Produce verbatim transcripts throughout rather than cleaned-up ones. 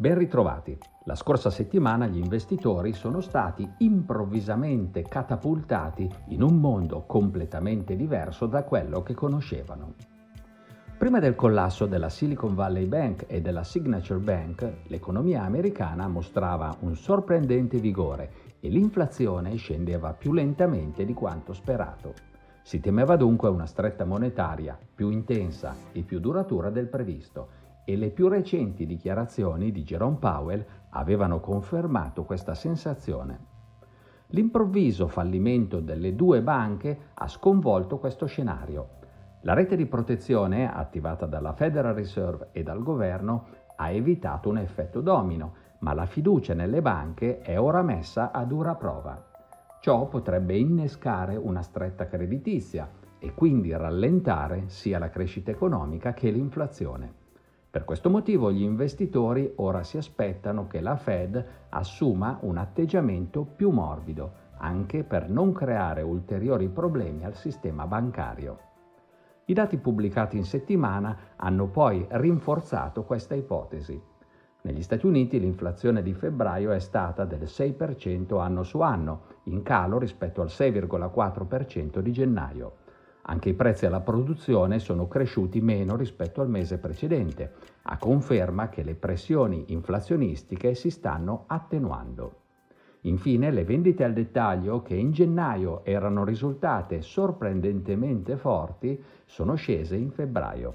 Ben ritrovati. La scorsa settimana gli investitori sono stati improvvisamente catapultati in un mondo completamente diverso da quello che conoscevano. Prima del collasso della Silicon Valley Bank e della Signature Bank, l'economia americana mostrava un sorprendente vigore e l'inflazione scendeva più lentamente di quanto sperato. Si temeva dunque una stretta monetaria più intensa e più duratura del previsto, e le più recenti dichiarazioni di Jerome Powell avevano confermato questa sensazione. L'improvviso fallimento delle due banche ha sconvolto questo scenario. La rete di protezione attivata dalla Federal Reserve e dal governo ha evitato un effetto domino, ma la fiducia nelle banche è ora messa a dura prova. Ciò potrebbe innescare una stretta creditizia e quindi rallentare sia la crescita economica che l'inflazione. Per questo motivo gli investitori ora si aspettano che la Fed assuma un atteggiamento più morbido, anche per non creare ulteriori problemi al sistema bancario. I dati pubblicati in settimana hanno poi rinforzato questa ipotesi. Negli Stati Uniti l'inflazione di febbraio è stata del sei per cento anno su anno, in calo rispetto al sei virgola quattro per cento di gennaio. Anche i prezzi alla produzione sono cresciuti meno rispetto al mese precedente, a conferma che le pressioni inflazionistiche si stanno attenuando. Infine, le vendite al dettaglio, che in gennaio erano risultate sorprendentemente forti, sono scese in febbraio.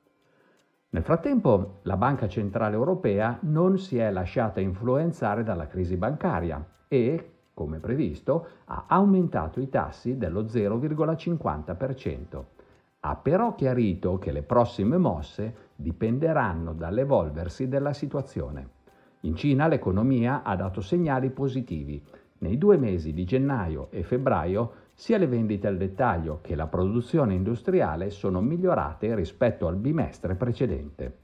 Nel frattempo, la Banca Centrale Europea non si è lasciata influenzare dalla crisi bancaria e, come previsto, ha aumentato i tassi dello zero virgola cinquanta per cento. Ha però chiarito che le prossime mosse dipenderanno dall'evolversi della situazione. In Cina l'economia ha dato segnali positivi. Nei due mesi di gennaio e febbraio sia le vendite al dettaglio che la produzione industriale sono migliorate rispetto al bimestre precedente.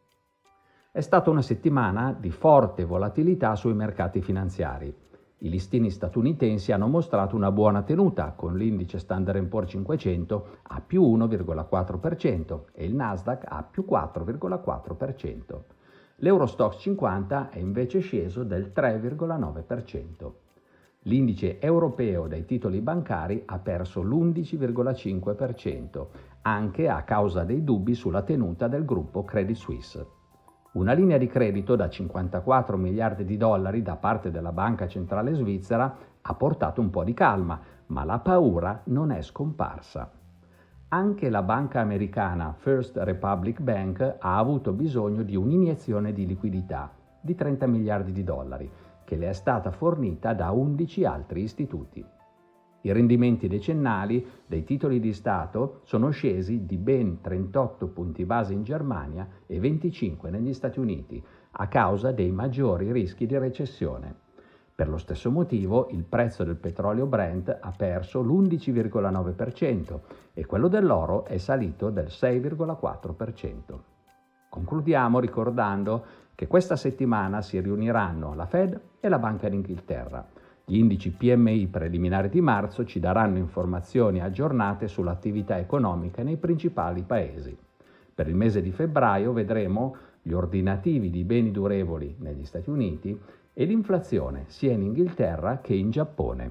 È stata una settimana di forte volatilità sui mercati finanziari. I listini statunitensi hanno mostrato una buona tenuta, con l'indice Standard and Poor's cinquecento a più uno virgola quattro per cento e il Nasdaq a più quattro virgola quattro per cento. L'Eurostoxx cinquanta è invece sceso del tre virgola nove per cento. L'indice europeo dei titoli bancari ha perso l'undici virgola cinque per cento, anche a causa dei dubbi sulla tenuta del gruppo Credit Suisse. Una linea di credito da cinquantaquattro miliardi di dollari da parte della Banca Centrale Svizzera ha portato un po' di calma, ma la paura non è scomparsa. Anche la banca americana First Republic Bank ha avuto bisogno di un'iniezione di liquidità di trenta miliardi di dollari, che le è stata fornita da undici altri istituti. I rendimenti decennali dei titoli di Stato sono scesi di ben trentotto punti base in Germania e venticinque negli Stati Uniti, a causa dei maggiori rischi di recessione. Per lo stesso motivo il prezzo del petrolio Brent ha perso l'undici virgola nove per cento e quello dell'oro è salito del sei virgola quattro per cento. Concludiamo ricordando che questa settimana si riuniranno la Fed e la Banca d'Inghilterra. Gli indici P M I preliminari di marzo ci daranno informazioni aggiornate sull'attività economica nei principali paesi. Per il mese di febbraio vedremo gli ordinativi di beni durevoli negli Stati Uniti e l'inflazione sia in Inghilterra che in Giappone.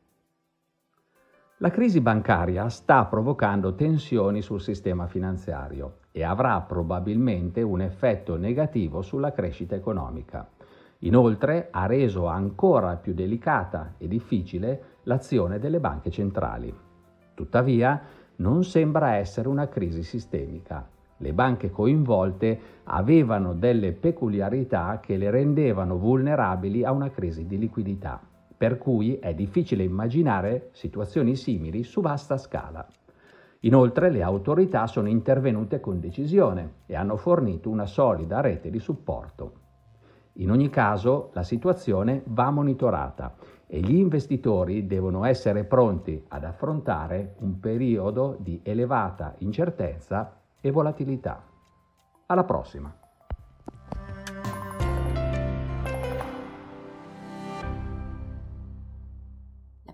La crisi bancaria sta provocando tensioni sul sistema finanziario e avrà probabilmente un effetto negativo sulla crescita economica. Inoltre ha reso ancora più delicata e difficile l'azione delle banche centrali. Tuttavia, non sembra essere una crisi sistemica. Le banche coinvolte avevano delle peculiarità che le rendevano vulnerabili a una crisi di liquidità, per cui è difficile immaginare situazioni simili su vasta scala. Inoltre, le autorità sono intervenute con decisione e hanno fornito una solida rete di supporto. In ogni caso, la situazione va monitorata e gli investitori devono essere pronti ad affrontare un periodo di elevata incertezza e volatilità. Alla prossima!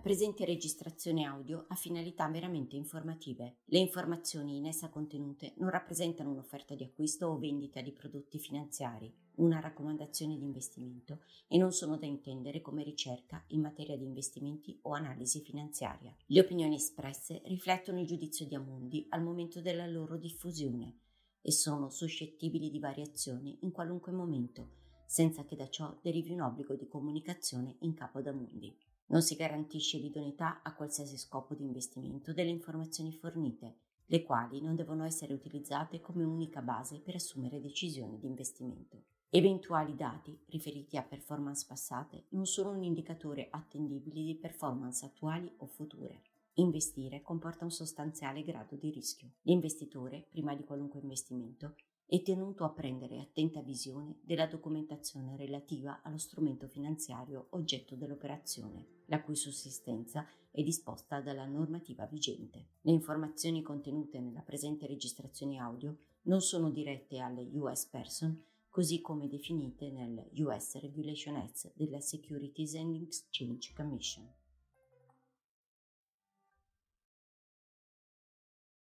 presente registrazione audio ha finalità meramente informative. Le informazioni in essa contenute non rappresentano un'offerta di acquisto o vendita di prodotti finanziari, una raccomandazione di investimento e non sono da intendere come ricerca in materia di investimenti o analisi finanziaria. Le opinioni espresse riflettono il giudizio di Amundi al momento della loro diffusione e sono suscettibili di variazioni in qualunque momento, senza che da ciò derivi un obbligo di comunicazione in capo ad Amundi. Non si garantisce l'idoneità a qualsiasi scopo di investimento delle informazioni fornite, le quali non devono essere utilizzate come unica base per assumere decisioni di investimento. Eventuali dati riferiti a performance passate non sono un indicatore attendibile di performance attuali o future. Investire comporta un sostanziale grado di rischio. L'investitore, prima di qualunque investimento, è tenuto a prendere attenta visione della documentazione relativa allo strumento finanziario oggetto dell'operazione, la cui sussistenza è disposta dalla normativa vigente. Le informazioni contenute nella presente registrazione audio non sono dirette alle U S Person, così come definite nel U S Regulation Act della Securities and Exchange Commission.